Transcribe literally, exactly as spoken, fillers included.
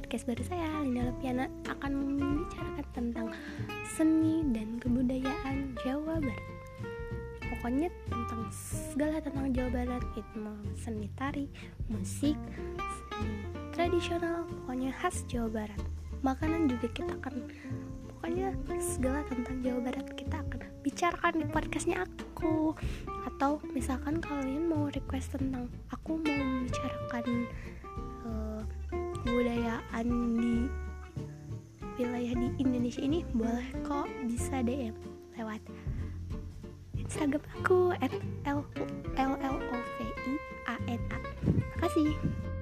podcast baru saya, Linda Lepiana, akan membicarakan tentang seni dan kebudayaan Jawa Barat. Pokoknya tentang segala tentang Jawa Barat, itu mau seni tari, musik, seni tradisional, pokoknya khas Jawa Barat. Makanan juga kita akan, pokoknya segala tentang Jawa Barat kita akan bicarakan di podcastnya aku. Atau misalkan kalian mau request tentang aku mau membicarakan uh, kebudayaan di wilayah di Indonesia ini, boleh kok, bisa D M lewat Instagram aku at l l o v i a n a. Makasih.